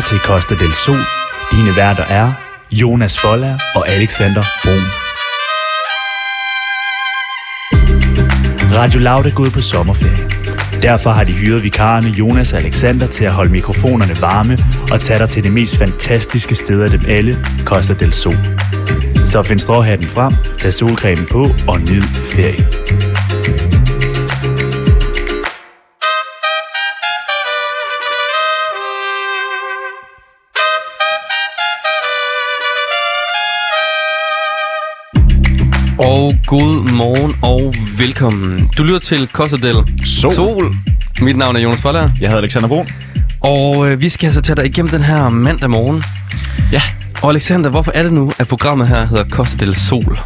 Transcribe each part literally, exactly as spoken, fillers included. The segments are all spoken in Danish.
til Costa del Sol. Dine værter er Jonas Foller og Alexander Brun. Radio Loud er gået på sommerferie. Derfor har de hyret vikarerne Jonas og Alexander til at holde mikrofonerne varme og tage dig til det mest fantastiske sted af dem alle, Costa del Sol. Så find stråhatten frem, tag solcremen på og nyd ferie. Og god morgen og velkommen. Du lytter til Costa del Sol. Sol. Mit navn er Jonas Foller. Jeg hedder Alexander Brun. Og øh, vi skal altså tage dig igennem den her mandag morgen. Ja. Og Alexander, hvorfor er det nu, at programmet her hedder Costa del Sol?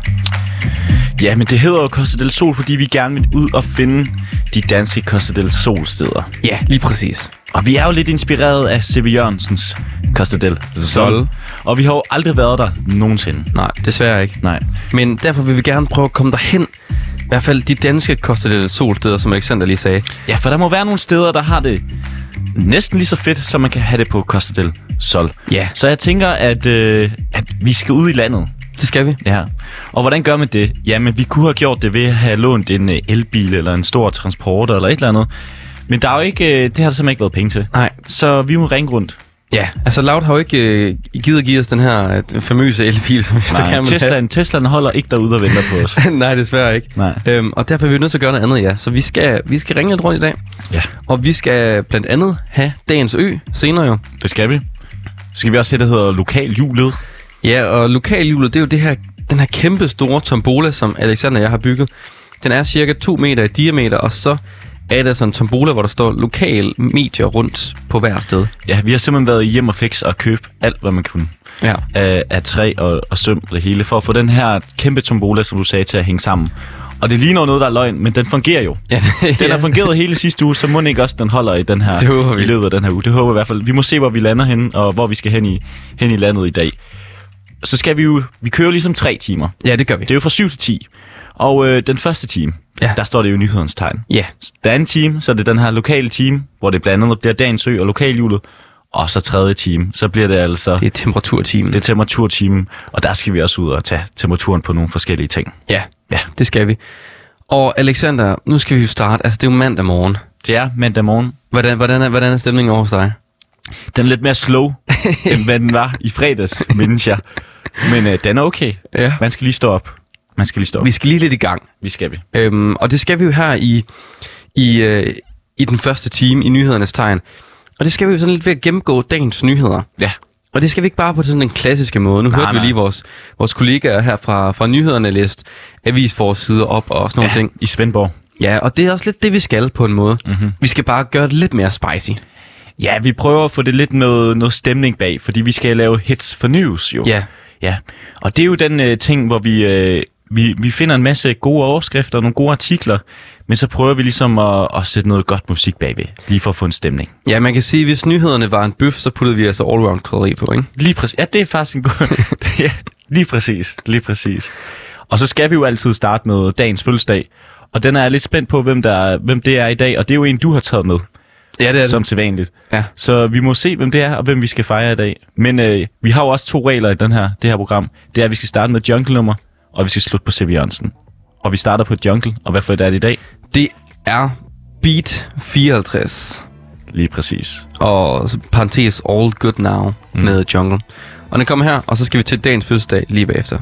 Ja, men det hedder jo Costa del Sol, fordi vi gerne vil ud og finde de danske Costa del Sol steder. Ja, lige præcis. Og vi er jo lidt inspireret af C V Jørgensens Costa del Sol. Og vi har jo aldrig været der nogensinde. Nej, desværre ikke. Nej. Men derfor vil vi gerne prøve at komme derhen. I hvert fald de danske Costa del Sol steder, som Alexander lige sagde. Ja, for der må være nogle steder, der har det næsten lige så fedt, som man kan have det på Costa del Sol. Ja. Så jeg tænker, at, øh, at vi skal ud i landet. Det skal vi. Ja. Og hvordan gør man det? Jamen, vi kunne have gjort det ved at have lånt en elbil eller en stor transporter eller et eller andet. Men der er jo ikke, det har der simpelthen ikke været penge til. Nej. Så vi må ringe rundt. Ja, altså Loud har jo ikke øh, givet at give os den her øh, famøse elbil, som vi så gerne vil have. Teslaen holder ikke derude og venter på os. Nej, desværre ikke. Nej. Øhm, og derfor er vi nødt til at gøre noget andet, ja. Så vi skal, vi skal ringe lidt rundt i dag. Ja. Og vi skal blandt andet have dagens ø senere jo. Det skal vi. Så skal vi også have, det hedder lokalhjulet. Ja, og lokalhjulet, det er jo det her, den her kæmpe store tombola, som Alexander og jeg har bygget. Den er cirka to meter i diameter, og så er der sådan en tombola, hvor der står lokal medier rundt på hver sted. Ja, vi har simpelthen været hjem og fix og købe alt, hvad man kunne. Ja. Af, af træ og, og søm og det hele, for at få den her kæmpe tombola, som du sagde, til at hænge sammen. Og det ligner noget, der er løgn, men den fungerer jo. Ja, det, den ja. har fungeret hele sidste uge, så må den ikke også, den holder i, den her, i løbet af den her uge. Det håber vi i hvert fald. Vi må se, hvor vi lander henne, og hvor vi skal hen i, hen i landet i dag. Så skal vi jo, vi kører ligesom tre timer. Ja, det gør vi. Det er jo fra syv til ti. Og øh, den første time, ja. Der står det jo nyhedens tegn. Ja. Den anden time, så er det den her lokale time, hvor det blandt andet bliver dagens ø og lokalhjulet. Og så tredje time, så bliver det altså... Det er temperaturtimen. Det er temperaturtimen, og der skal vi også ud og tage temperaturen på nogle forskellige ting. Ja, ja, det skal vi. Og Alexander, nu skal vi jo starte. Altså, det er jo mandag morgen. Det er mandag morgen. Hvordan, hvordan, er, hvordan er stemningen over hos dig? Den er lidt mere slow, end hvad den var i fredags, mindes jeg. Men øh, den er okay. Ja. Man skal lige stå op. Man skal lige stå op. Vi skal lige lidt i gang. Vi skal vi. Øhm, og det skal vi jo her i, i, øh, i den første time i nyhedernes tegn. Og det skal vi jo sådan lidt ved at gennemgå dagens nyheder. Ja. Og det skal vi ikke bare på sådan en klassiske måde. Nu nej, hørte nej. vi lige vores, vores kollegaer her fra, fra nyhederne læst avisforsider op og sådan nogle ja, ting. i Svendborg. Ja, og det er også lidt det, vi skal på en måde. Mm-hmm. Vi skal bare gøre det lidt mere spicy. Ja, vi prøver at få det lidt noget, noget stemning bag, fordi vi skal lave hits for news jo. Ja. Ja, og det er jo den øh, ting, hvor vi, øh, vi, vi finder en masse gode overskrifter og nogle gode artikler, men så prøver vi ligesom at, at sætte noget godt musik bagved, lige for at få en stemning. Ja, man kan sige, at hvis nyhederne var en bøf, så puttede vi altså all-round krydderi på, ikke? Lige præcis. Ja, det er faktisk en god... ja, lige præcis, lige præcis. Og så skal vi jo altid starte med dagens fødselsdag, og den er jeg lidt spændt på, hvem, der, hvem det er i dag, og det er jo en, du har taget med. Ja, det er som det. sædvanligt. Ja. Så vi må se, hvem det er, og hvem vi skal fejre i dag. Men øh, vi har jo også to regler i den her, det her program. Det er, at vi skal starte med jungle-nummer, og vi skal slutte på C V Jørgensen. Og vi starter på jungle, og hvad for det er det i dag? Det er Beat fireoghalvtreds. Lige præcis. Og parentes All Good Now mm. med Jungle. Og den kommer her, og så skal vi til dagens fødselsdag lige bagefter.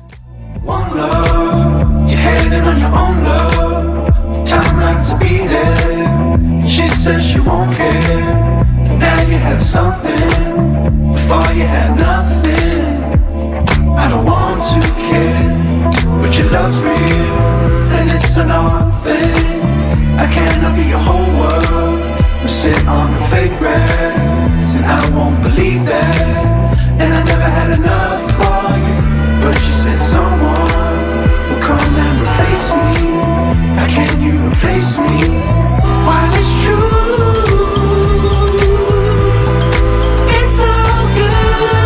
One love, you're heading on your own love. Time not to be there. She says she won't care. And now you had something. Before you had nothing. I don't want to care. But your love's real. And it's an odd thing. I cannot be your whole world. We sit on the fake grass. And I won't believe that. And I never had enough for you. But you said someone will come and replace me. How can you replace me? While it's true, it's all good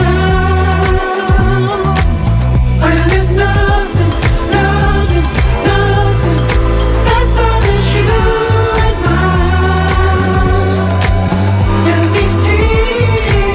now. When there's nothing, nothing, nothing, that's all that's you and mine. And these tears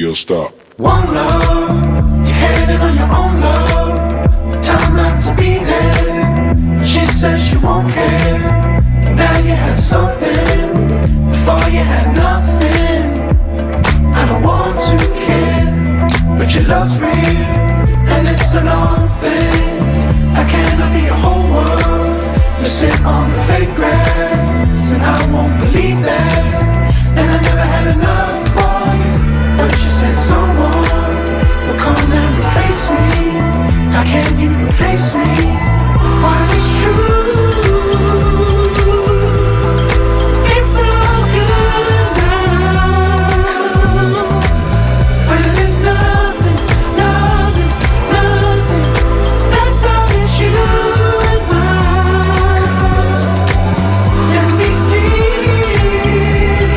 video stop. One love, you're heading on your own love. Time not to be there. She says she won't care. Now you had something. Before you had nothing. I don't want to care, but your love's real, and it's an odd thing. I cannot be your whole world. You sit on the fake grass, and I won't believe that. And I never had enough for you, but you said someone will come and replace me. How can you replace me? Why it's true? It's all good now. When there's nothing, nothing, nothing. That's all it's you and mine. And these tears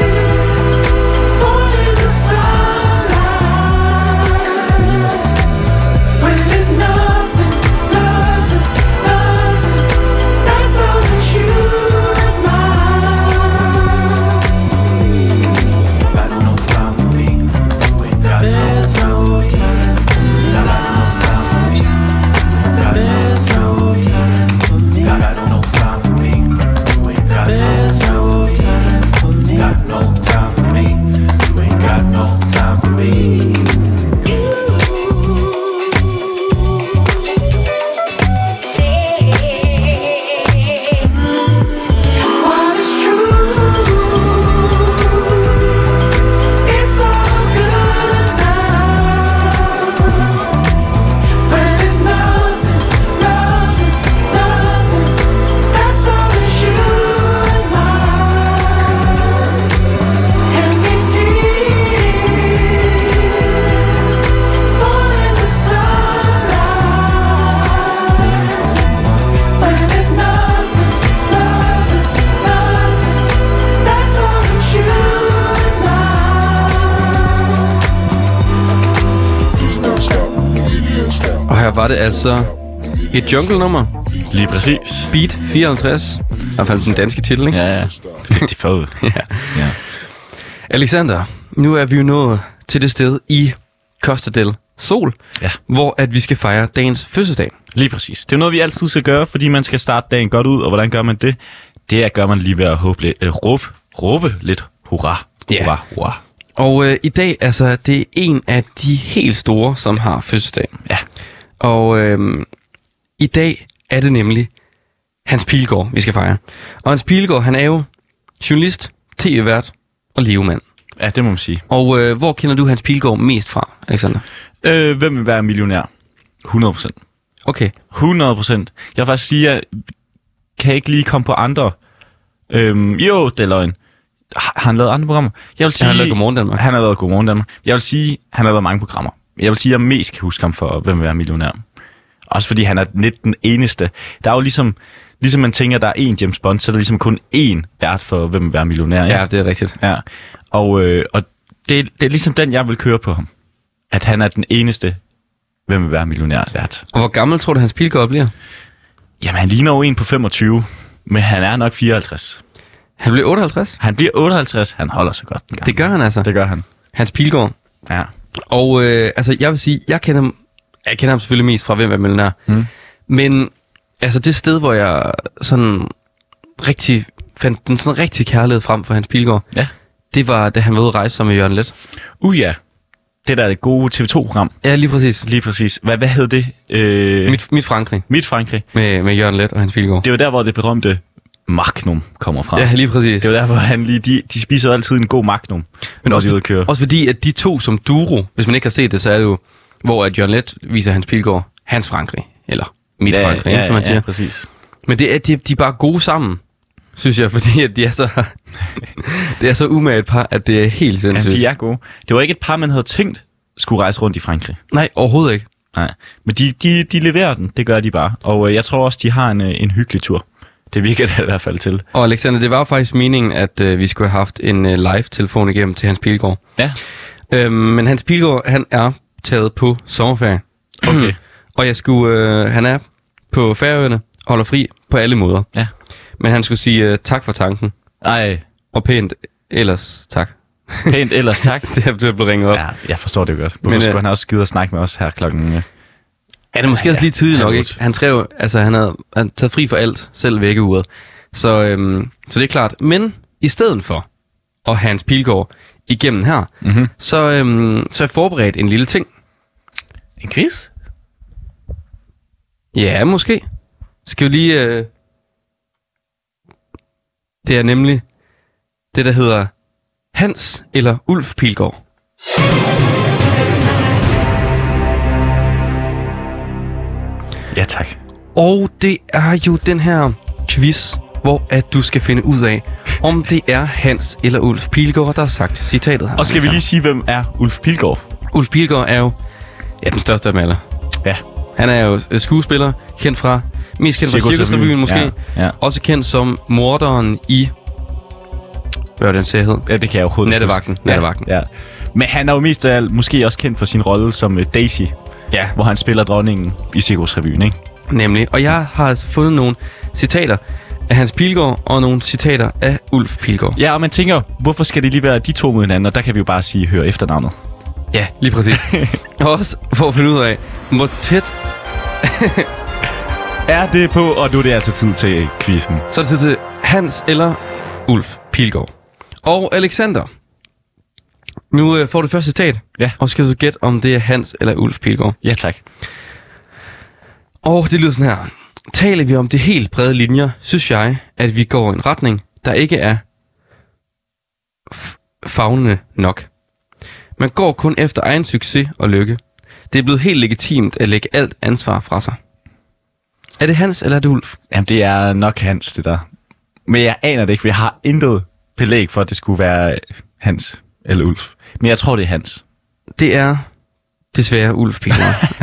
fall in the sunlight. When there's nothing, nothing, nothing. That's all it's you and mine. Got no time for me. You ain't got no time for me. Got no time for me. There's no time for me. Got no time for me. You ain't got no time for me. Got no time for me. You ain't got no time for me. What is true? It's all good now. When there's nothing, nothing, nothing. That's all it's you and mine. And these tears fall in the sunlight. When there's nothing, nothing, nothing. That's all it's you and mine. Video stop. Video stop. Og her var det altså et jungle-nummer. Lige præcis. Beat fireoghalvtreds. I hvert fald den danske titel, ikke? Ja, ja. femoghalvfjerds. Ja. Ja. Alexander, nu er vi jo nået til det sted i Costa del Sol, Ja. hvor at vi skal fejre dagens fødselsdag. Lige præcis. Det er noget, vi altid skal gøre, fordi man skal starte dagen godt ud. Og hvordan gør man det? Det er, gør man lige ved at håbe lidt, øh, råbe, råbe lidt hurra. Ja. Hurra, hurra. Og øh, i dag, altså, det er en af de helt store, som har fødselsdag. Ja. Og øh, i dag er det nemlig Hans Pilgaard, vi skal fejre. Og Hans Pilgaard, han er jo journalist, tv-vært og levemand. Ja, det må man sige. Og øh, hvor kender du Hans Pilgaard mest fra, Alexander? Øh, hvem vil være millionær? hundrede procent. Okay. hundrede procent. Jeg vil faktisk sige, at jeg kan ikke lige komme på andre. Øhm, jo, det er løgn. Har han lavet andre programmer? Jeg vil sige, Han har lavet Godmorgen Danmark. Han har lavet Godmorgen Danmark. Jeg vil sige, han har lavet mange programmer. Jeg vil sige, at jeg mest kan huske ham for, hvem vil være millionær. Også fordi han er lidt den eneste. Der er jo ligesom, ligesom man tænker, at der er én James Bond, så er der ligesom kun én vært for, hvem vil være millionær. Ja, det er rigtigt. Ja. Og, øh, og det, det er ligesom den, jeg vil køre på ham. At han er den eneste, hvem vil være millionær vært. Og hvor gammel tror du, Hans Pilgaard bliver? Jamen, han ligner jo en på femogtyve, men han er nok fireoghalvtreds. Han bliver otteoghalvtreds. Han bliver otteoghalvtreds, han holder sig godt den gang. Det gør han altså. Det gør han. Hans Pilgaard. Ja. Og øh, altså, jeg vil sige, jeg kender ham, jeg kender ham selvfølgelig mest fra Hvem er millionær. Mm. Men altså, det sted, hvor jeg sådan rigtig fandt den sådan rigtig kærlighed frem for Hans Pilgaard, Ja. det var, da han var ude at rejse sammen med Jørgen Leth. Uh ja. Det der er det gode T V to-program. Ja, lige præcis. Lige præcis. Hvad, hvad hed det? Øh, Mit, mit Frankrig Mit Frankrig. med, med Jørgen Leth og Hans Pilgaard. Det var der, hvor det berømte Magnum kommer fra. Ja, lige præcis. Det var der, hvor han lige, de, de spiser altid en god Magnum, Men når også, de er ude at køre. også fordi, at de to som duo, hvis man ikke har set det, så er det jo, hvor at Jørgen Leth viser Hans Pilgaard Hans Frankrig, eller Mit ja, Frankrig, ja, ikke, som man ja, siger. ja, præcis. Men det er, de, de er bare gode sammen, synes jeg, fordi at de er så, det er så umage et par, at det er helt Ja, sindssygt. de er gode. Det var ikke et par, man havde tænkt skulle rejse rundt i Frankrig. Nej, overhovedet ikke. Nej, men de, de, de leverer den, det gør de bare. Og øh, jeg tror også, de har en, øh, en hyggelig tur. Det virker det i hvert fald til. Og Alexander, det var jo faktisk meningen, at øh, vi skulle have haft en øh, live-telefon igennem til Hans Pilgaard. Ja, Øhm, men Hans Pilgaard, han er taget på sommerferie. okay. Og jeg skulle, øh, han er på Færøerne, holder fri på alle måder. Ja. Men han skulle sige øh, tak for tanken, Ej, og pænt ellers tak. Pænt ellers, tak. Det er blevet ringet op. Ja, jeg forstår det jo godt. Hvorfor Men, skulle øh, han også skide og snakke med os her klokken... Øh? Er det måske Ja, også lige tidligt ja, nok, halv ikke? otte. Han skrev, altså han havde, han taget fri for alt, selv vækkeuret. Så, øhm, så det er klart. Men i stedet for at Hans Pilgaard igennem her, Mm-hmm. så, øhm, så er jeg forberedt en lille ting. En quiz? Ja, måske. Skal vi lige... Øh... Det er nemlig det, der hedder Hans eller Ulf Pilgaard. Ja, tak. Og det er jo den her quiz, hvor at du skal finde ud af, om det er Hans eller Ulf Pilgaard, der har sagt citatet her. Og skal vi lige sige, hvem er Ulf Pilgaard? Ulf Pilgaard er jo ja, den største af dem alle. Ja. Han er jo øh, skuespiller, kendt fra, mest kendt fra Cirkusrevyen. Cirkusrevyen måske. Ja, ja. Også kendt som morderen i, hvad var den serie hed? Ja, det kan jeg overhovedet ikke Nattevagten. huske. Nattevagten. Ja, ja. Men han er jo mest af alt måske også kendt for sin rolle som øh, Daisy, Ja, hvor han spiller dronningen i Cirkusrevyen, ikke? nemlig. Og jeg har altså fundet nogle citater af Hans Pilgaard og nogle citater af Ulf Pilgaard. Ja, og man tænker, hvorfor skal det lige være de to mod hinanden? Og der kan vi jo bare sige, hør efternavnet. Ja, lige præcis. Og også for at finde ud af, hvor tæt, Er det på, og nu er det altså tid til quizzen. så er det tid til Hans eller Ulf Pilgaard. Og Alexander, nu øh, får du første citat, Ja. og skal du gætte, om det er Hans eller Ulf Pilgaard. Ja, tak. Og det lyder sådan her. Taler vi om de helt brede linjer, synes jeg, at vi går i en retning, der ikke er f- favnende nok. Man går kun efter egen succes og lykke. Det er blevet helt legitimt at lægge alt ansvar fra sig. Er det Hans, eller er det Ulf? Jamen, det er nok Hans, det der. Men jeg aner det ikke, for jeg har intet belæg for, at det skulle være Hans eller Ulf. Men jeg tror, det er Hans. Det er desværre Ulf Pilgaard.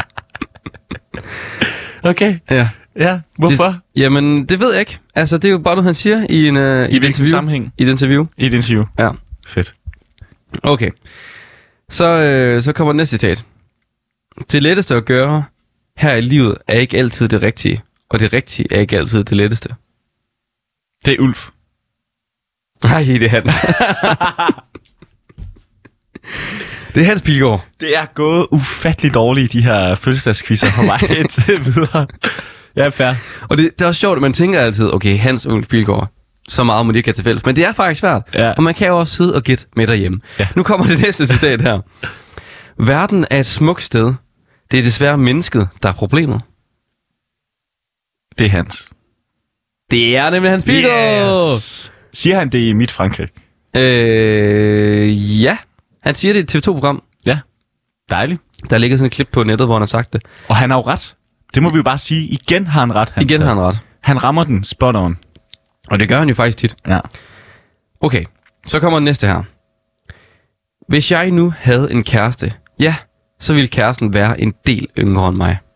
Okay. Ja. Ja, hvorfor? Det, jamen, det ved jeg ikke. Altså, det er jo bare noget, han siger i, en, uh, i, I et hvilken interview. sammenhæng? I et interview. I et interview. Ja. Fedt. Okay. Så, øh, så kommer næste citat. Det letteste at gøre her i livet er ikke altid det rigtige, og det rigtige er ikke altid det letteste. Det er Ulf. Nej, det er Hans. Det er Hans Pilgaard. Det er gået ufattelig dårligt, de her fødselsdagskvisser på vej til videre. Ja, fair. Og det, det er også sjovt, at man tænker altid, okay, Hans og Ulf Pilgaard, så meget må de ikke have til fælles. Men det er faktisk svært, Ja. og man kan jo også sidde og gætte med derhjemme. Ja. Nu kommer det næste citat her. Verden er et smukt sted. Det er desværre mennesket, der er problemet. Det er Hans. Det er nemlig Hans Pilgaard. Yes. Siger han det i Mit Frankrig? Øh, ja. Han siger det i et T V to-program. Ja. Dejligt. Der ligger sådan et klip på nettet, hvor han har sagt det. Og han har jo ret. Det må vi jo bare sige. Igen har han ret. Hans. Igen har han ret. Han rammer den spot on. Og det gør han jo faktisk tit. Ja. Okay, så kommer den næste her. Hvis jeg nu havde en kæreste, ja, så ville kæresten være en del yngre end mig.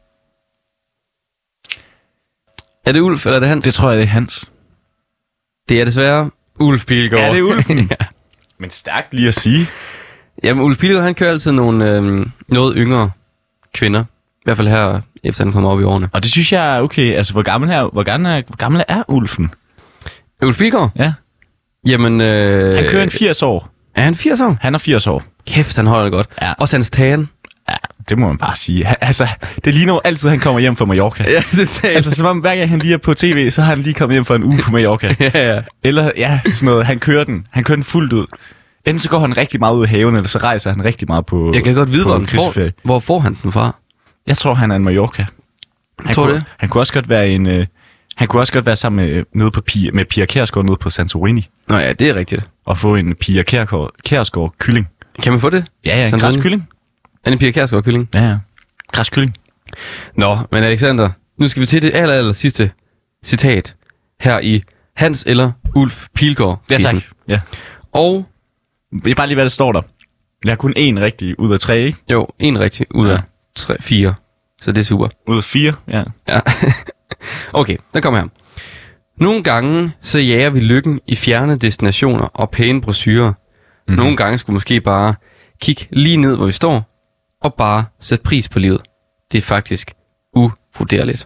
Er det Ulf, eller er det Hans? Det tror jeg, det er Hans. Det er desværre Ulf Pilgaard. Er det Ulfen? Ja. Men stærkt lige at sige. Jamen, Ulf Pilgaard, han kører altid nogle øhm, noget yngre kvinder. I hvert fald her, efter han kommer op i årene. Og det synes jeg er okay. Altså, hvor gammel er, hvor gammel er, hvor gammel er Ulfen? Ulf Pilgaard? Ja. Jamen, øh... Han kører en firs år. Er han firs år? Han er firs år. Kæft, han holder det godt. Ja. Også hans tan. Ja, det må man bare sige. Han, altså, det ligner jo altid, han kommer hjem fra Mallorca. Ja, det sagde Altså, som om hver gang han lige er på tv, så har han lige kommet hjem for en uge på Mallorca. ja, ja. Eller, ja, sådan noget. Han kører den. Han kører den fuldt ud. Enten så går han rigtig meget ud i haven, eller så rejser han rigtig meget på Jeg kan godt vide, på hvor, han får, kystferie. hvor får han den fra. Jeg tror, han er en Mallorca. Han Tror kunne, det? Han kunne også godt være en... Øh, han kunne også godt være sammen med, nede på Pia, med Pia Kjærsgaard nede på Santorini. Nå ja, det er rigtigt. Og få en Pia Kjærsgaard, Kjærsgaard kylling. Kan man få det? Ja, ja, en Santorini? græskylling. Er det en Pia Kjærsgaard kylling? Ja, ja. Græskylling. Nå, men Alexander, nu skal vi til det aller, aller sidste citat her i Hans eller Ulf Pilgaard. Ja, tak. Ja. Og Det er bare lige, hvad der står der. Jeg har kun én rigtig ud af tre, ikke? jo, en rigtig ud af Ja. tre, fire. Så det er super. Ud af fire, ja. Ja. Okay, der kommer her. Nogle gange så jager vi lykken i fjerne destinationer og pæne brochurer. Mm-hmm. Nogle gange skulle måske bare kigge lige ned, hvor vi står, og bare sætte pris på livet. Det er faktisk uvurderligt.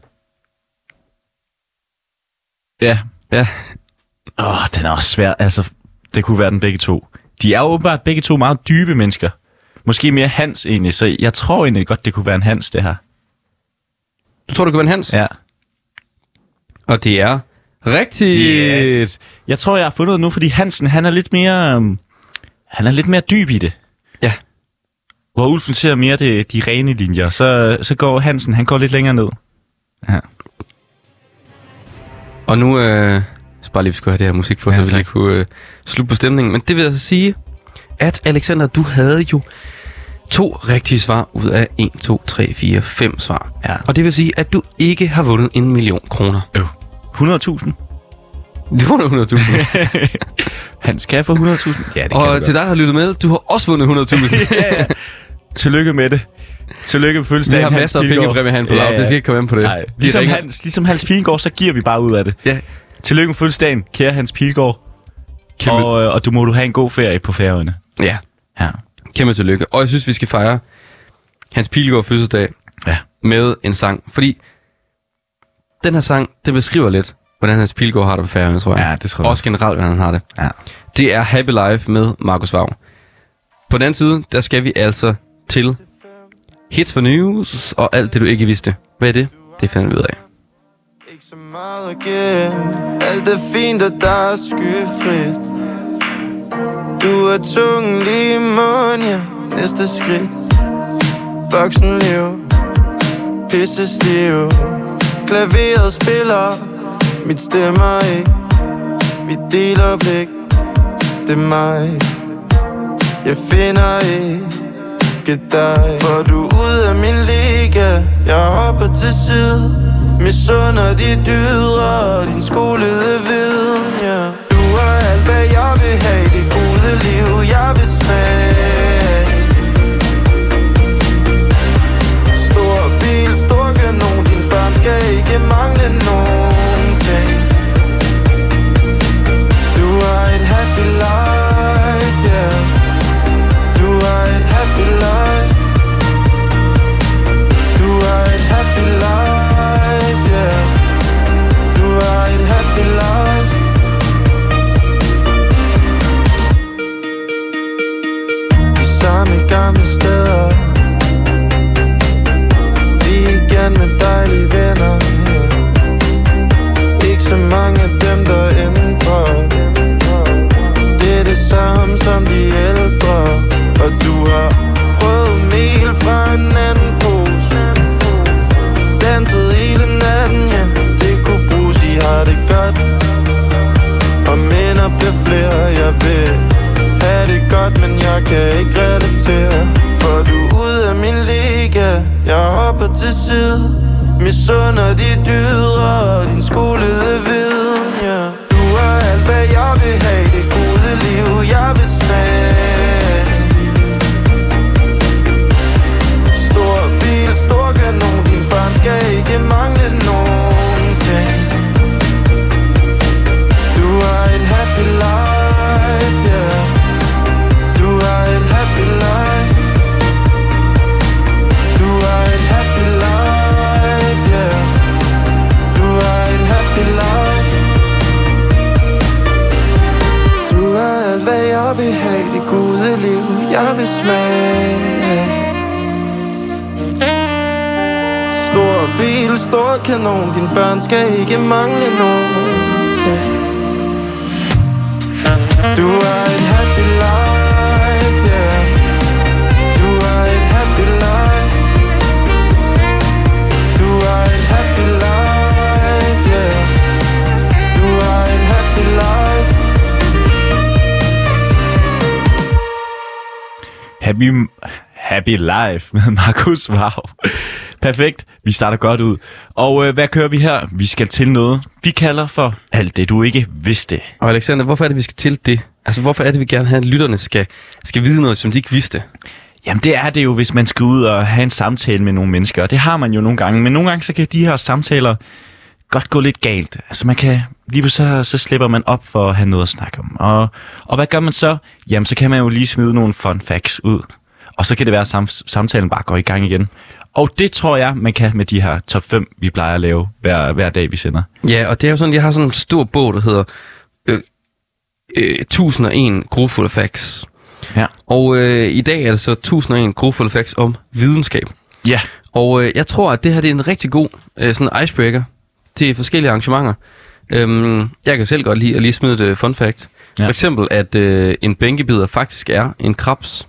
Ja. Ja, Åh, den er også svær. Altså, det kunne være den begge to. De er jo åbenbart begge to meget dybe mennesker. Måske mere Hans egentlig, så jeg tror egentlig godt, det kunne være en Hans, det her. Du tror, det kunne være en Hans? Ja. Og det er rigtigt. Yes. Jeg tror, jeg har fundet det nu, fordi Hansen, han er lidt mere... Um, han er lidt mere dyb i det. Ja. Hvor Ulfen ser mere det, de rene linjer, så, så går Hansen, han går lidt længere ned. Ja. Og nu... Øh, så bare lige, vi skulle have det her musik på, ja, så vi lige kunne øh, slutte på stemningen. Men det vil altså sige, at Alexander, du havde jo to rigtige svar ud af en, to, tre, fire, fem svar. Ja. Og det vil sige, at du ikke har vundet en million kroner. Øh. hundrede tusind. Du har vundet hundrede tusind. Hans, kan jeg få hundrede tusind? Ja, det kan Og til dig, der har lyttet med, du har også vundet hundrede tusind. ja, ja. Tillykke med det. Tillykke med fødselsdagen. Vi har masser af pengepræmie herinde på lav. Ja, ja. Det skal ikke komme ind på det. Nej. Ligesom, Hans, ligesom Hans Pilgaard, så giver vi bare ud af det. Ja. Tillykke med fødselsdagen, kære Hans Pilgaard. Kæmpe... Og, og du må du have en god ferie på Færøerne. Ja. Ja. Kæmpe tillykke. Og jeg synes, vi skal fejre Hans Pilgaard fødselsdag ja. med en sang. Fordi den her sang, den beskriver lidt, hvordan Hans Pilgaard har det på Færøerne, tror jeg. Ja, det tror jeg. Også generelt, hvordan han har det. Ja. Det er Happy Life med Markus Vagn. På den anden side, der skal vi altså til Hits for News og alt det, du ikke vidste. Hvad er det? Det finder vi ud af. Ikke så meget at gemme. Alt er fint, og der er skyfrit. Du er tungen lige i munden, ja. Næste skridt. Voksenliv. Pissesliv. Klaveret spiller. Mit stemmer ikke. Vi deler blik. Det er mig. Jeg finder ikke dig. For du er ude af min liga. Jeg hopper til side. Misunder de dyder og din skolede viden, yeah. Du er alt, hvad jeg vil have. Det gode liv, jeg vil smage. Stor bil, stor kanon. Dine børn skal ikke mangle nogen ting. Du har et happy life, yeah. Du har et happy life. Du har et happy life. Samme gamle steder. Weekend med dejlige venner, yeah. Ikke så mange af dem der ændrer. Det er det samme som de ældre. Og du har prøvet mel fra en anden pose. Danset hele natten, ja. Det kunne bruges, I har det godt. Og minder bliver flere, jeg vil have det godt, men jeg kan ikke relatere. For du er ude af min liga. Jeg hopper til side. Misunder de dyder og din skolede viden, yeah. Du er alt, hvad jeg vil have. Det gode liv, jeg vil smage. Stor bil, stor kanon. Dine børn skal ikke mangle nogen ting. Du har et happy life, yeah. Du har et happy life. Du har et happy life, yeah. Du har et happy life. Du har alt, hvad jeg vil have. Det gode liv, jeg vil smage. Stor bil, stor kanon. Dine børn skal ikke mangle nogen. Du har et happy life, yeah. Du har et happy life. Du har et happy life, yeah. Du har et happy life. Happy, happy life med Markus Vagn. Perfekt. Vi starter godt ud. Og øh, hvad kører vi her? Vi skal til noget, vi kalder for alt det, du ikke vidste. Og Alexander, hvorfor er det, vi skal til det? Altså, hvorfor er det, vi gerne have, at lytterne skal, skal vide noget, som de ikke vidste? Jamen, det er det jo, hvis man skal ud og have en samtale med nogle mennesker. Og det har man jo nogle gange. Men nogle gange, så kan de her samtaler godt gå lidt galt. Altså, man kan lige så, så slipper man op for at have noget at snakke om. Og, og hvad gør man så? Jamen, så kan man jo lige smide nogle fun facts ud. Og så kan det være, at sam- samtalen bare går i gang igen. Og det tror jeg, man kan med de her top fem, vi plejer at lave hver, hver dag, vi sender. Ja, og det er jo sådan, jeg har sådan en stor bog, der hedder øh, øh, tusind og en grufulde facts. Ja. Og øh, i dag er det så tusind og en grufulde facts om videnskab. Ja. Og øh, jeg tror, at det her det er en rigtig god øh, sådan icebreaker til forskellige arrangementer. Øhm, jeg kan selv godt lide at lige smide et øh, fun fact. Ja. For eksempel, at øh, en bænkebider faktisk er en krebs.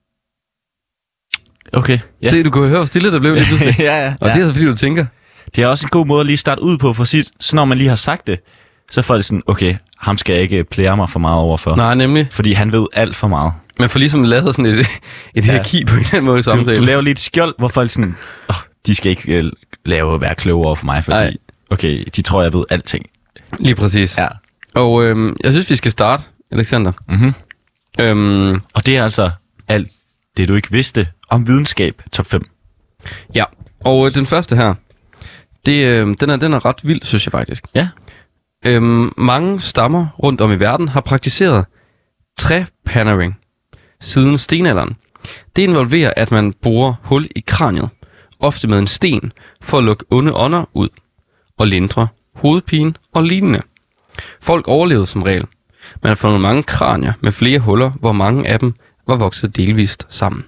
Okay. Ja. Se, du kunne høre, hvor stille der blev lige pludselig. ja, ja. Og ja. det er så fordi, du tænker. Det er også en god måde at lige starte ud på, for så når man lige har sagt det, så får det sådan, okay, ham skal jeg ikke plære mig for meget overfor. Nej, nemlig. Fordi han ved alt for meget. Man får ligesom lavet sådan et, et ja. hierarki på en eller anden måde i samtalen. Du, du laver lige et skjold, hvor folk sådan, oh, de skal ikke uh, lave være kloge over for mig, fordi, Ej. okay, de tror, jeg ved alting. Lige præcis. Ja. Og øhm, jeg synes, vi skal starte, Alexander. Mm-hmm. Øhm, Og det er altså alt det, du ikke vidste om videnskab, top fem. Ja, og øh, den første her, det, øh, den, er, den er ret vild, synes jeg faktisk. Ja. Øhm, mange stammer rundt om i verden har praktiseret træpannering siden stenalderen. Det involverer, at man borer hul i kraniet, ofte med en sten, for at lukke onde ånder ud og lindre hovedpine og lignende. Folk overlevede som regel. Man har fundet mange kranier med flere huller, hvor mange af dem var vokset delvist sammen.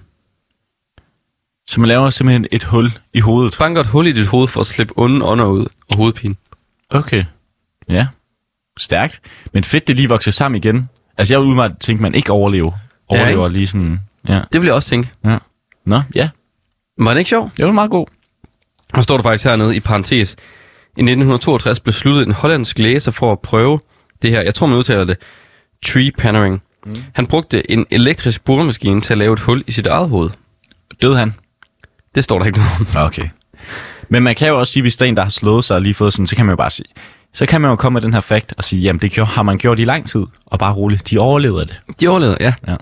Så man laver simpelthen et hul i hovedet? Banker et hul i dit hoved for at slippe onde ånder ud og hovedpine. Okay. Ja. Stærkt. Men fedt, det lige vokser sammen igen. Altså, jeg ville umiddelbart tænke, at man ikke overlever. Overlever ja, lige sådan... Ja. Det vil jeg også tænke. Ja. Nå, ja. Var det ikke sjovt? Det var meget god. Og står der faktisk hernede i parentes. I nitten toogtres besluttede en hollandsk læge sig for at prøve det her. Jeg tror, man udtaler det. Tree pannering. Mm. Han brugte en elektrisk boremaskine til at lave et hul i sit eget hoved. Døde han? Det står der ikke noget om. Okay. Men man kan jo også sige, hvis der er en, der har slået sig og lige fået sådan, så kan man jo bare sige... Så kan man jo komme med den her fakt og sige, jamen det har man gjort i lang tid, og bare roligt, de overlevede det. De overlevede, ja. ja.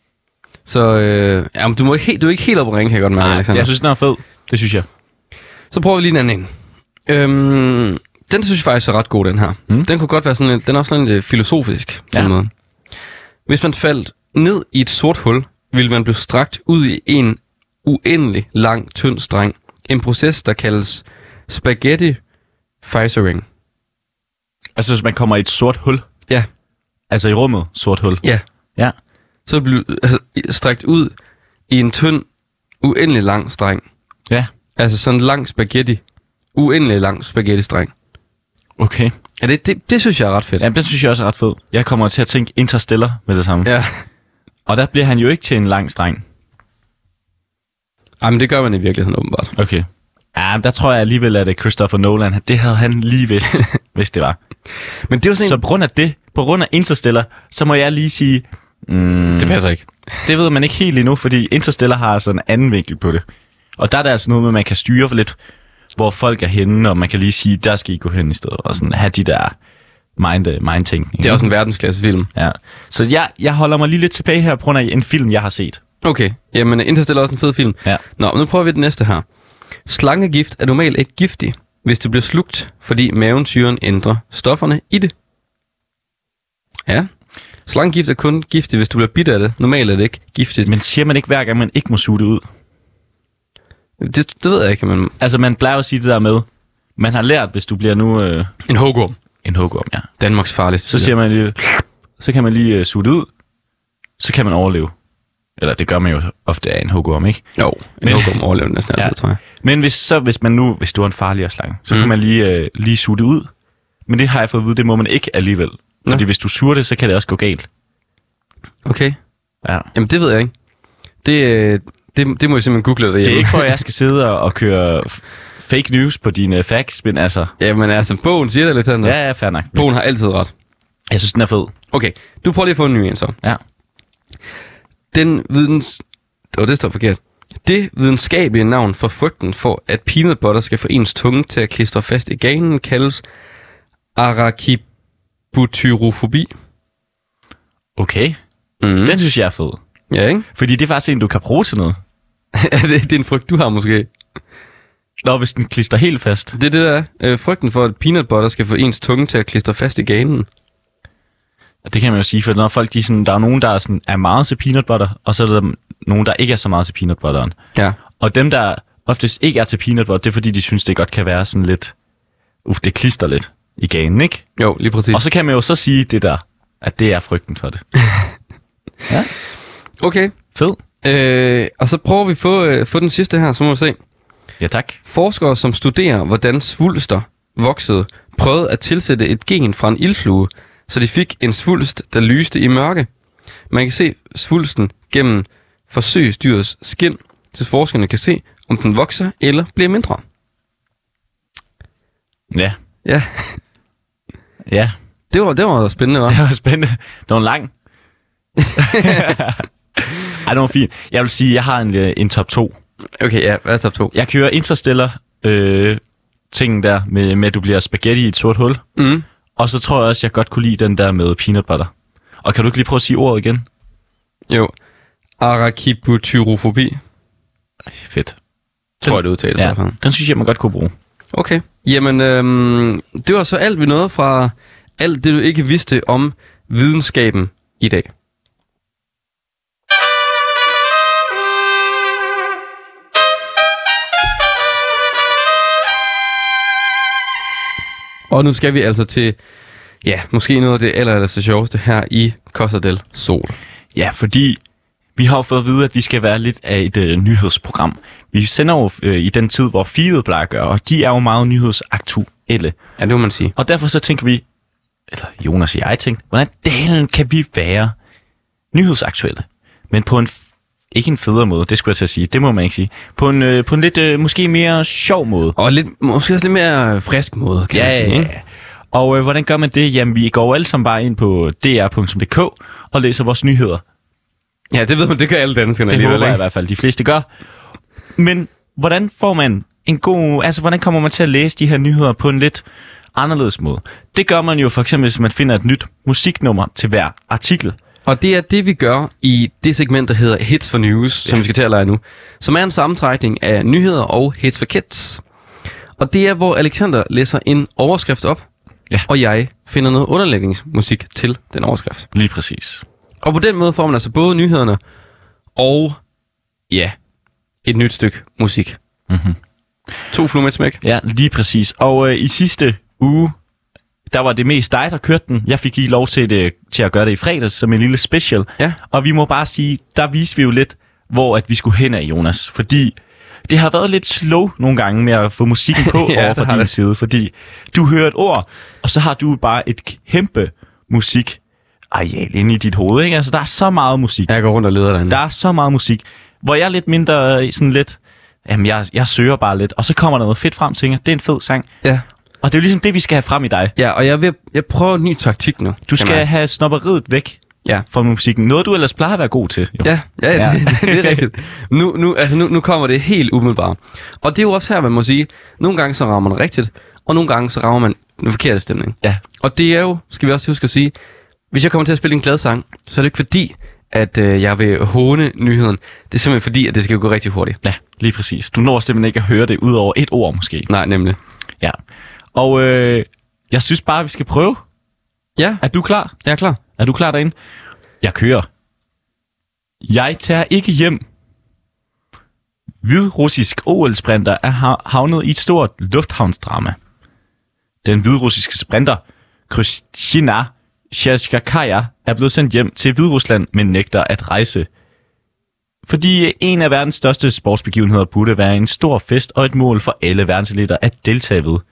Så øh, jamen, du, må ikke, du er ikke helt oppe at ringe, kan jeg godt mærke, Alexander. Jeg synes, den er fed. Det synes jeg. Så prøver vi lige en anden en. Øhm, den synes jeg faktisk er ret god, den her. Mm. Den kunne godt være sådan, den er også sådan lidt filosofisk. På ja. måde. Hvis man faldt ned i et sort hul, ville man blive strakt ud i en uendelig lang, tynd streng. En proces, der kaldes spaghetti fisering. Altså, hvis man kommer i et sort hul? Ja. Altså i rummet, sort hul? Ja. Ja. Så bliver altså, strakt ud i en tynd, uendelig lang streng. Ja. Altså sådan en lang spaghetti. Uendelig lang spaghetti-streng. Okay. Ja, det, det, det synes jeg er ret fedt. Jamen, den synes jeg også er ret fed. Jeg kommer til at tænke Interstellar med det samme. Ja. Og der bliver han jo ikke til en lang streng. Jamen, det gør man i virkeligheden åbenbart. Okay. Ja, der tror jeg alligevel, at Christopher Nolan, det havde han lige vidst, hvis det var. Men det var sådan så på grund af det, på grund af Interstellar, så må jeg lige sige... Mm, det passer ikke. Det ved man ikke helt endnu, fordi Interstellar har altså en anden vinkel på det. Og der er der altså noget med, at man kan styre for lidt, hvor folk er henne, og man kan lige sige, der skal I gå hen i stedet, og sådan have de der mind, mind ting. Det er også en verdensklasse film. Ja. Så jeg, jeg holder mig lige lidt tilbage her, på grund af en film, jeg har set. Okay, jamen Interstellar er også en fed film. Ja. Nå, nu prøver vi det næste her. Slangegift er normalt ikke giftig, hvis det bliver slugt, fordi mavensyren ændrer stofferne i det. Ja. Slangegift er kun giftig, hvis du bliver bidt af det. Normalt er det ikke giftigt. Men siger man ikke hver gang, man ikke må suge det ud? Det, det ved jeg ikke, men... Altså, man plejer at sige det der med, man har lært, hvis du bliver nu... Øh... En hugorm. En hugorm, ja. Danmarks farligste. Så siger man lige... Så kan man lige uh, suge det ud, så kan man overleve. Eller det gør man jo ofte af en hugorm, ikke? Jo, en men, hugorm overlever næsten altid, ja. tror jeg. Men hvis, så, hvis man nu, hvis du er en farligere slange, så mm. kan man lige, uh, lige suge det ud. Men det har jeg fået at vide, det må man ikke alligevel. Fordi ja. hvis du suger det, så kan det også gå galt. Okay. Ja. Jamen, det ved jeg ikke. Det, det, det må jeg simpelthen google derhjemme. Det er ikke for, at jeg skal sidde og, og køre fake news på dine facts, men altså... Jamen altså, bogen siger det lidt andet. Ja, ja, fair nok. Bogen har altid ret. Jeg synes, den er fed. Okay, du prøver lige at få en ny en så. Ja. Den videns... Åh, det står forkert. Det videnskabelige navn for frygten for, at peanut butter skal få ens tunge til at klistre fast i ganen, kaldes arakibutyrofobi. Okay. Mm. Den synes jeg er fed. Ja, ikke? Fordi det er faktisk en, du kan bruge til noget. det, det er en frygt, du har måske. Nå, hvis den klister helt fast. Det er det der. Øh, frygten for, at peanut butter skal få ens tunge til at klistre fast i ganen. Det kan man jo sige, for når folk, de sådan, der er nogen, der er, sådan, er meget til peanut butter, og så er der nogen, der ikke er så meget til peanut butteren. Ja. Og dem, der oftest ikke er til peanut butter, det er fordi, de synes, det godt kan være sådan lidt... Uff, det klister lidt i ganen, ikke? Jo, lige præcis. Og så kan man jo så sige det der, at det er frygten for det. Ja. Okay. Fed. Øh, og så prøver vi at få, øh, få den sidste her, så må vi se. Ja, tak. Forskere, som studerer, hvordan svulster voksede, prøvede at tilsætte et gen fra en ildflue, så de fik en svulst, der lyste i mørke. Man kan se svulsten gennem forsøgsdyrets skin, så forskerne kan se, om den vokser eller bliver mindre. Ja. Ja, Ja. det var, det var spændende, hva'? Det var spændende. Det var en lang. Ej, det var fint. Jeg vil sige, at jeg har en, en top to. Okay, ja, hvad er top to? Jeg kører Interstellar øh, tingen der med, med, at du bliver spaghetti i et sort hul. Mm. Og så tror jeg også, jeg godt kunne lide den der med peanut butter. Og kan du ikke lige prøve at sige ordet igen? Jo. Arakibutyrofobi. Fedt. Tror jeg, det udtales i Ja, hvert fald. den synes jeg, man godt kunne bruge. Okay. Jamen, øhm, det var så alt, vi nåede fra alt det, du ikke vidste om videnskaben i dag. Og nu skal vi altså til, ja, måske noget af det aller, aller sjoveste her i Costa del Sol. Ja, fordi vi har jo fået at vide, at vi skal være lidt af et øh, nyhedsprogram. Vi sender jo øh, i den tid, hvor Firet plejer at gøre, og de er jo meget nyhedsaktuelle. Ja, det må man sige. Og derfor så tænker vi, eller Jonas og jeg tænkte, hvordan dalen kan vi være nyhedsaktuelle? Men på en, f- ikke en federe måde, det skulle jeg til at sige, det må man ikke sige. På en, øh, på en lidt, øh, måske mere sjov måde. Og lidt, måske også lidt mere frisk måde, kan Ja, man sige. ja, Ikke? ja. Og øh, hvordan gør man det? Jamen, vi går alle sammen bare ind på d r punktum d k og læser vores nyheder. Ja, det ved man, det gør alle danskerne Det alligevel, håber jeg i ikke? hvert fald, de fleste gør. Men hvordan får man en god... Altså, hvordan kommer man til at læse de her nyheder på en lidt anderledes måde? Det gør man jo for eksempel, hvis man finder et nyt musiknummer til hver artikel. Og det er det, vi gør i det segment, der hedder Hits for News, ja. som vi skal til at lege nu. Som er en sammentrækning af nyheder og hits for kids. Og det er, hvor Alexander læser en overskrift op, Ja. og jeg finder noget underlægningsmusik til den overskrift. Lige præcis. Og på den måde får man altså både nyhederne og, ja, et nyt stykke musik. Mm-hmm. To fluer med et smæk. Ja, lige præcis. Og øh, i sidste uge, der var det mest dig, der kørte den. Jeg fik lige lov til, det, til at gøre det i fredags som en lille special. Ja. Og vi må bare sige, der viste vi jo lidt, hvor at vi skulle hen af, Jonas. Fordi det har været lidt slow nogle gange med at få musikken på Ja, over fra det har din det. side. Fordi du hører et ord, og så har du bare et kæmpe musikareal inde i dit hoved. Ikke? Altså, der er så meget musik. Jeg går rundt og leder derinde. Der er så meget musik, hvor jeg er lidt mindre sådan lidt... Jamen, jeg, jeg søger bare lidt, og så kommer der noget fedt frem, tænker det er en fed sang. Ja. Og det er jo ligesom det, vi skal have frem i dig. Ja, og jeg, vil, jeg prøver en ny taktik nu. Du skal jeg. have snobberiet væk Ja. fra musikken. Noget, du ellers plejer at være god til. Jo. Ja, ja, ja. Ja. Det, det er rigtigt. Nu, nu, altså nu, nu kommer det helt umiddelbart. Og det er jo også her, man må sige, nogle gange så rammer man rigtigt, og nogle gange så rammer man den forkerte stemning. Ja. Og det er jo, skal vi også huske at sige, hvis jeg kommer til at spille en glad sang, så er det ikke fordi, at øh, jeg vil håne nyheden. Det er simpelthen fordi, at det skal gå rigtig hurtigt. Ja, lige præcis. Du når simpelthen ikke at høre det ud over et ord måske. Nej, nemlig. Ja. Og øh, jeg synes bare, vi skal prøve. Ja, Er du klar? jeg er klar. Er du klar derinde? Jeg kører. Jeg tager ikke hjem. Hvidrussisk O L-sprinter er ha- havnet i et stort lufthavnsdrama. Den hvidrussiske sprinter, Kristina Cherskakaya, er blevet sendt hjem til Hviderusland, men nægter at rejse. Fordi en af verdens største sportsbegivenheder burde være en stor fest og et mål for alle verdenseliter at deltage ved.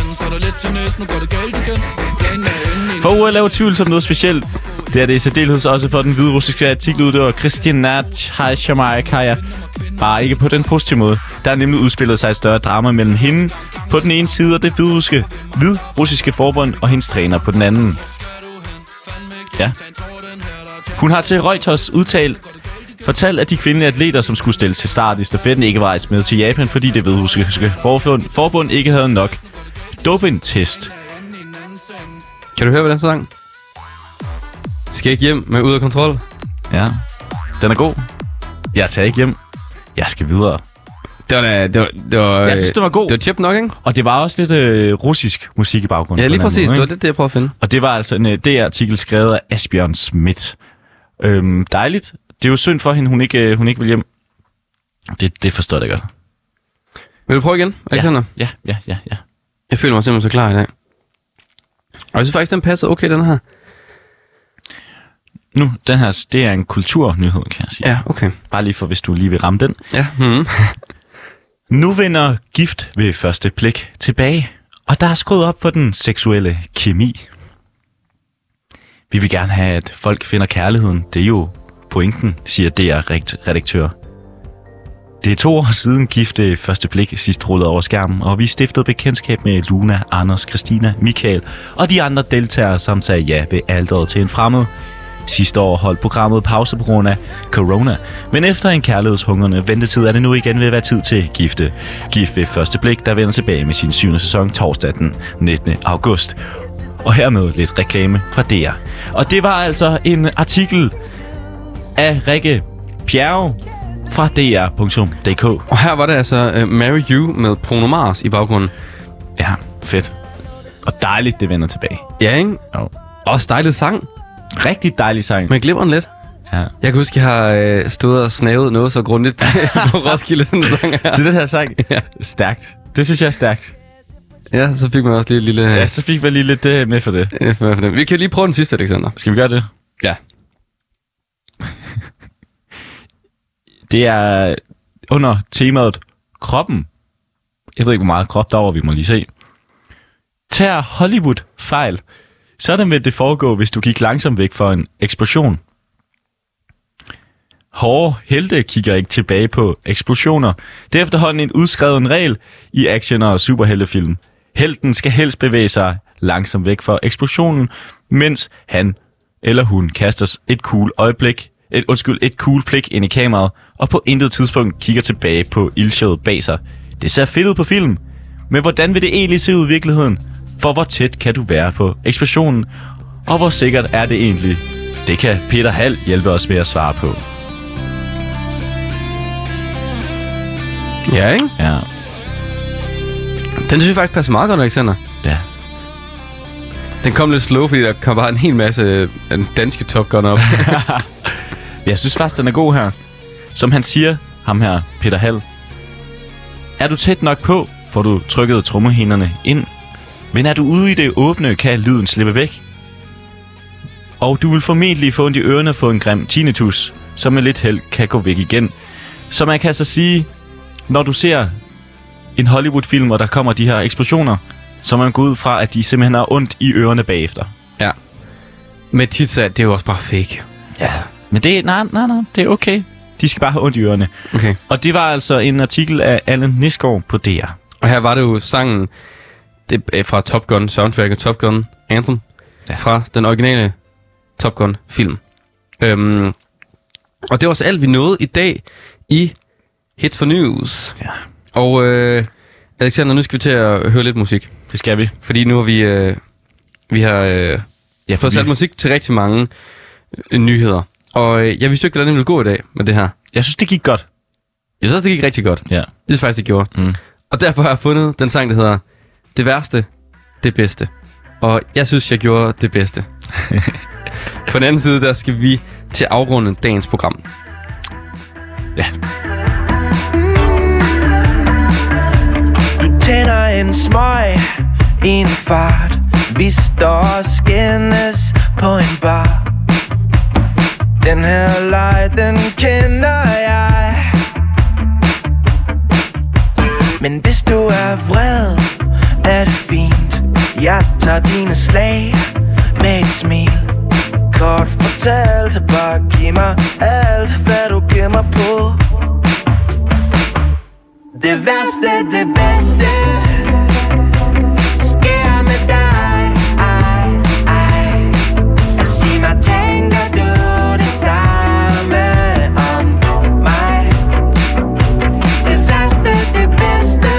For O L er utvivlsomt noget specielt. Det er det i særdeleshed også for den hviderussiske artikeludøver Kristina Cherskakaya. Bare ikke på den positive måde. Der er nemlig udspillet sig et større drama mellem hende på den ene side og det hviderussiske, hvidrussiske forbund og hendes træner på den anden. Ja. Hun har til Reuters udtalt, fortalt, at de kvindelige atleter, som skulle stille til start i stafetten, ikke var rejst med til Japan, fordi det hviderussiske forbund, forbund ikke havde nok dopingtest. Kan du høre, hvad den sang? Skal ikke hjem med ud af kontrol? Ja, den er god. Jeg tager ikke hjem. Jeg skal videre. Det var da, det var, det var, Jeg synes, det var god. Det var tjep nok, ikke? Og det var også lidt øh, russisk musik i baggrunden. Ja, på lige en anden præcis. måde, Det var ikke? lidt det, jeg prøvede at finde. Og det var altså en uh, D R-artikel skrevet af Asbjørn Schmidt. Øhm, dejligt. Det er jo synd for hende, hun ikke, uh, hun ikke vil hjem. Det, det forstår jeg godt. Vil du prøve igen, Alexander? Ja, ja, ja, ja. Jeg føler mig simpelthen så klar i dag. Og jeg synes faktisk, den passer okay, den her. nu, den her, det er en kulturnyhed, kan jeg sige. Ja, okay. Bare lige for, hvis du lige vil ramme den. Ja. Hmm. Nu vender Gift ved første blik tilbage, og der er skruet op for den seksuelle kemi. Vi vil gerne have, at folk finder kærligheden. Det er jo pointen, siger D R-redaktør. Det er to år siden Gift ved første blik sidst rullede over skærmen, og vi stiftede bekendtskab med Luna, Anders, Christina, Michael og de andre deltagere, som sagde ja ved alderet til en fremmed. Sidste år holdt programmet pause på grund af corona, men efter en kærlighedshungrende ventetid er det nu igen ved at være tid til Gifte. Gift ved første blik, der vender tilbage med sin syvende sæson torsdag den nittende august. Og hermed lidt reklame fra D R. Og det var altså en artikel af Rikke Bjerg fra d r punktum d k. Og her var det altså uh, Marry You med Bruno Mars i baggrunden. Ja, fedt. Og dejligt, det vender tilbage. Ja, ikke? Jo. Også dejlig sang. Rigtig dejlig sang. Men glemmer den lidt. Ja. Jeg kan huske, jeg har øh, stået og snavet noget så grundigt på Roskilde, den sang her. Til den her sang? Ja. Stærkt. Det synes jeg er stærkt. Ja, så fik man også lige et lille... Ja, så fik vi lige lidt uh, med for det. Øh, for, for det. Vi kan lige prøve den sidste, Alexander. Skal vi gøre det? Ja. Det er under temaet kroppen. Jeg ved ikke, hvor meget krop derovre vi må lige se. Tager Hollywood fejl? Sådan vil det foregå, hvis du gik langsomt væk fra en eksplosion. Hårde helte kigger ikke tilbage på eksplosioner. Det er efterhånden en udskrevet regel i action- og superheltefilm. Helten skal helst bevæge sig langsomt væk fra eksplosionen, mens han eller hun kaster et cool øjeblik, et, undskyld, et cool blik ind i kameraet, og på intet tidspunkt kigger tilbage på ildshowet bag sig. Det ser fedt ud på film, men hvordan vil det egentlig se ud i virkeligheden? For hvor tæt kan du være på eksplosionen? Og hvor sikkert er det egentlig? Det kan Peter Hald hjælpe os med at svare på. Ja, ikke? Ja. Den synes jeg faktisk passer meget godt, Alexander. Ja. Den kom lidt slow, fordi der kom bare en hel masse øh, den danske Top Gun op. Jeg synes faktisk, den er god her. Som han siger, ham her, Peter Hald. Er du tæt nok på, får du trykket trommehinnerne ind. Men er du ude i det åbne, kan lyden slippe væk. Og du vil formentlig få ondt i ørerne få en grim tinnitus, som med lidt held kan gå væk igen. Så man kan altså sige, når du ser en Hollywood-film, og der kommer de her eksplosioner, så man går ud fra, at de simpelthen har ondt i ørerne bagefter. Ja. Men tit så er det jo også bare fake. Ja. Altså. Men det, nej, nej, nej, det er okay. De skal bare have ondt i ørerne. Okay. Og det var altså en artikel af Allan Nisgaard på D R. Og her var det jo sangen det er fra Top Gun soundtracket, Top Gun Anthem, ja. Fra den originale Top Gun film. Øhm, og det var også alt, vi nåede i dag i Hits for News. Ja. Og øh, Alexander, nu skal vi til at høre lidt musik. Det skal vi. Fordi nu har vi, øh, vi har øh, ja, fået sat vi... musik til rigtig mange øh, nyheder. Og øh, jeg vidste ikke, hvordan det ville gå i dag med det her. Jeg synes, det gik godt. Jeg synes også, det gik rigtig godt. Ja. Det synes faktisk, det gjorde. Mm. Og derfor har jeg fundet den sang, der hedder Det værste, det bedste. Og jeg synes, jeg gjorde det bedste. På den anden side, der skal vi til at afrunde dagens program. Ja. Du tænder en smøg i en fart. Vi står og skændes på en bar. Den her leg, den kender jeg. Men hvis du er vred, er det fint. Jeg tager dine slag med et smil. Kort fortalt, bare giv mig alt, hvad du giver mig på. Det værste, det bedste sker med dig. Ej, ej. Sig mig, tænker du det samme om mig? Det værste, det bedste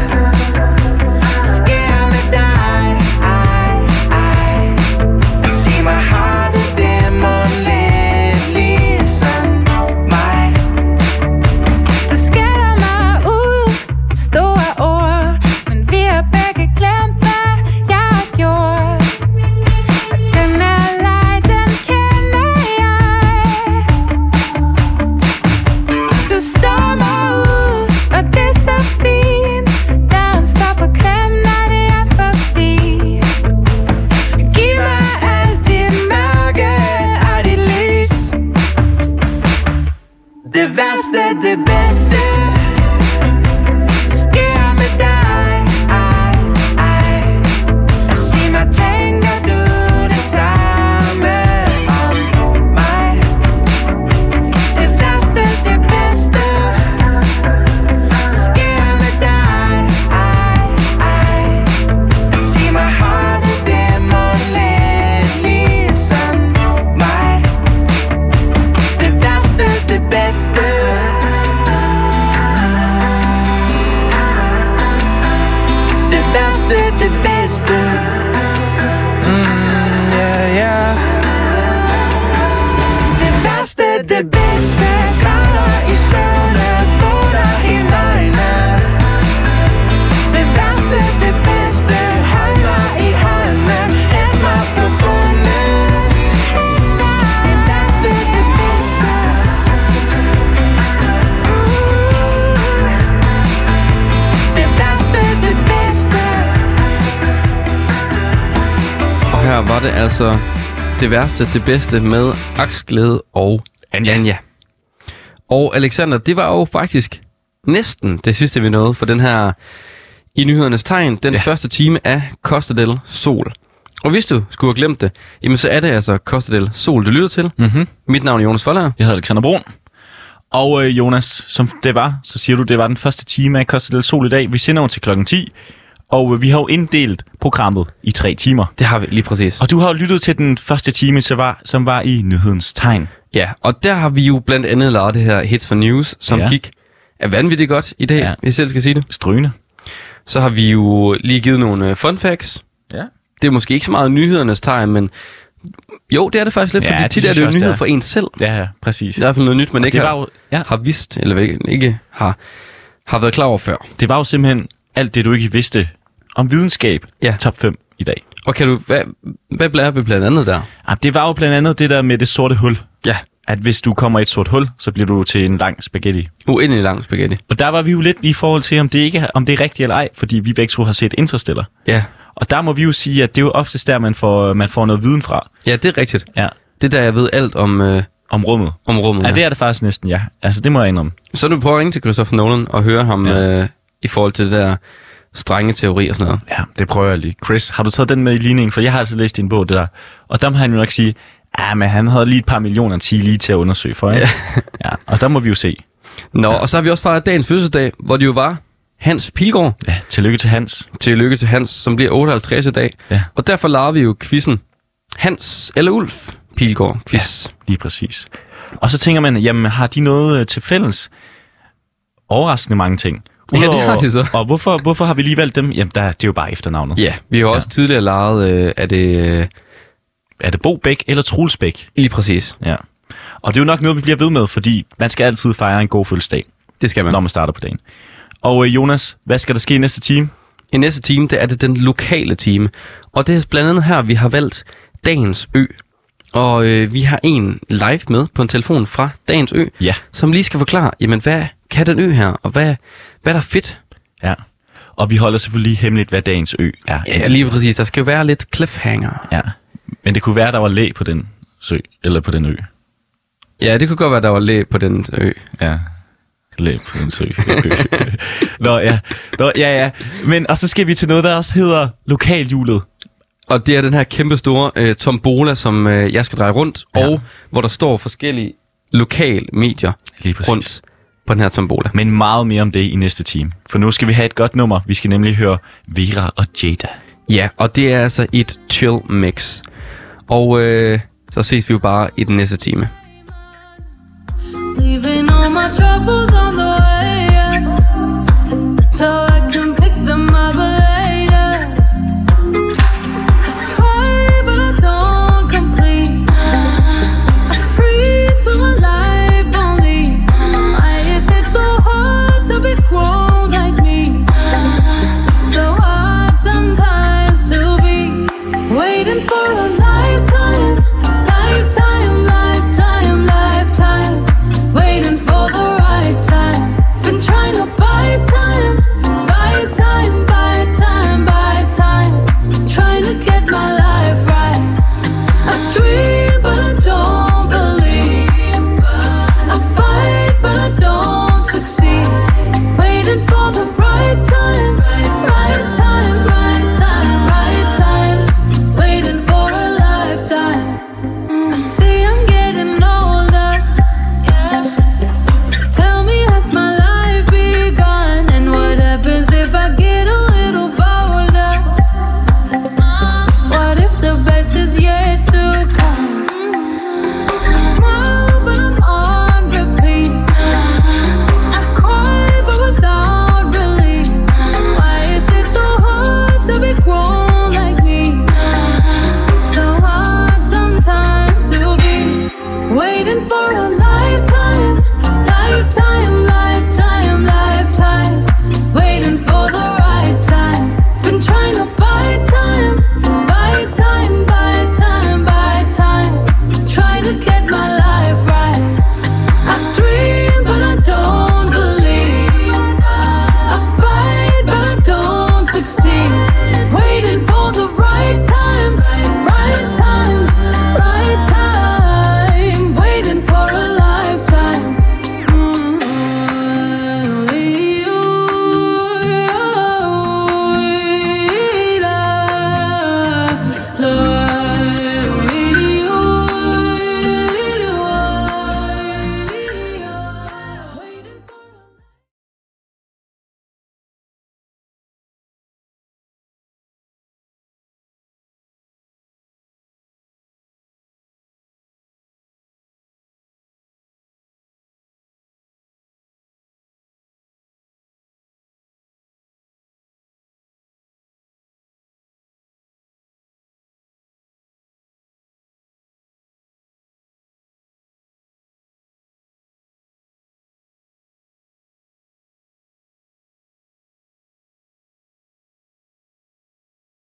sker med dig. Ej, ej. Sig mig, har du det mon lidt ligesom mig? Du skælder mig ud, store ord. værste, det bedste sker med dig. Ej, ej. Og sig mig, tænker du det samme om mig? Det værste, det bedste sker med dig. Ej, ej. Sig mig, har du det mon lidt ligesom mig? Det værste, det bedste. Det værste, det bedste. Mm, yeah, yeah. Det værste, det bedste. Græder i søvne, vågner i løgne. Det værste, det bedste. Hold mig i hånden, hæld mig på bunden. Det værste, det bedste. Det værste, det bedste. Og her var det altså det værste, det bedste med Aksglæde og Anja. Anja. Og Alexander, det var jo faktisk næsten det sidste, vi nåede for den her i nyhedernes tegn, den Ja. første time af Costa del Sol. Og hvis du skulle have glemt det, jamen så er det altså Costa del Sol, du lytter til. Mm-hmm. Mit navn er Jonas Folder. Jeg hedder Alexander Brun. Og øh, Jonas, som det var, så siger du, det var den første time af Costa del Sol i dag. Vi sender jo til klokken ti, og øh, vi har jo inddelt programmet i tre timer. Det har vi lige præcis. Og du har jo lyttet til den første time, som var, som var i nyhedens tegn. Ja, og der har vi jo blandt andet lavet det her Hits for News, som Ja. ja. gik er vanvittigt godt i dag, Ja. ja. hvis jeg selv skal sige det. Strygende. Så har vi jo lige givet nogle uh, fun facts. Ja. Det er måske ikke så meget nyhedernes tegn, men jo, det er det faktisk lidt, Ja, fordi det tit er synes det jeg jo også, det nyhed er. for en selv. Ja, ja, præcis. Det er i hvert fald noget nyt, man Og ikke det har, var jo, ja, har vidst, eller ikke har, har været klar over før. det var jo simpelthen alt det, du ikke vidste om videnskab. Ja. Top fem i dag. Og kan du, hvad, hvad bliver vi blandt andet der? Ah, det var jo blandt andet det der med det sorte hul. Ja, At hvis du kommer i et sort hul, så bliver du til en lang spaghetti. uendelig lang spaghetti. Og der var vi jo lidt i forhold til, om det, ikke, om det er rigtigt eller ej, fordi vi begge to har set Interstellar. Ja, Og der må vi jo sige, at det er jo oftest der, man får, man får noget viden fra. ja, det er rigtigt. Ja. Det er der, jeg ved alt om, øh, Om rummet. om rummet. Ja, det er det faktisk næsten, ja. Altså, det må jeg indrømme. Så nu prøver at ringe til Christopher Nolan og høre ham Ja. øh, i forhold til det der strenge teori og sådan noget. Ja, det prøver jeg lige. Chris, har du taget den med i ligningen? For jeg har altså læst din bog, det der. Og der må han jo nok sige, ja, men han havde lige et par millioner ti lige til at undersøge for, ikke? Ja. Ja, og der må vi jo se. Nå, ja. Og så har vi også fejret dagens fødselsdag, hvor det jo var Hans Pilgaard. Ja, tillykke til Hans. Tillykke til Hans, som bliver otteoghalvtreds i dag. Ja. Og derfor laver vi jo quizzen Hans eller Ulf Pilgaard quiz. Ja. Lige præcis. Og så tænker man, jamen, har de noget øh, til fælles? Overraskende mange ting. Ja, det har de så. Og hvorfor, hvorfor har vi lige valgt dem? Jamen, der, det er jo bare efternavnet. Ja, vi har jo også tidligere lavet, øh, er det øh, Er det Bo Bæk eller Troels Bæk? lige præcis. Ja. Og det er jo nok noget, vi bliver ved med, fordi man skal altid fejre en god fødselsdag, Det skal man. når man starter på dagen. Og øh, Jonas, hvad skal der ske i næste time? I næste time, det er det den lokale time. Og det er blandt andet her, vi har valgt Dagens Ø. Og øh, vi har en live med på en telefon fra Dagens Ø, Ja. som lige skal forklare, jamen hvad kan den ø her, og hvad, hvad er der fedt? Ja. Og vi holder selvfølgelig hemmeligt, hvad dagens ø er. Ja, lige præcis. Der skal jo være lidt cliffhanger. Ja. Men det kunne være, der var læ på den sø, eller på den ø. Ja, det kunne godt være, der var læ på den ø. Ja. Læ på den sø. Ø. Nå, ja. Nå, ja, ja. Men, og så skal vi til noget, der også hedder lokalhjulet. Og det er den her kæmpe store øh, tombola, som øh, jeg skal dreje rundt, Ja. og hvor der står forskellige lokale medier Lige præcis. rundt på den her tombola. Men meget mere om det i næste time. For nu skal vi have et godt nummer. Vi skal nemlig høre Vera og Jada. Ja, og det er altså et chill mix. Og øh, så ses vi jo bare i den næste time. Leaving all my troubles on the way, yeah. So I can pick them up later. I try but I don't complete. I freeze for my life only. Why is it so hard to be grown like me? So hard sometimes to be waiting for a lifetime.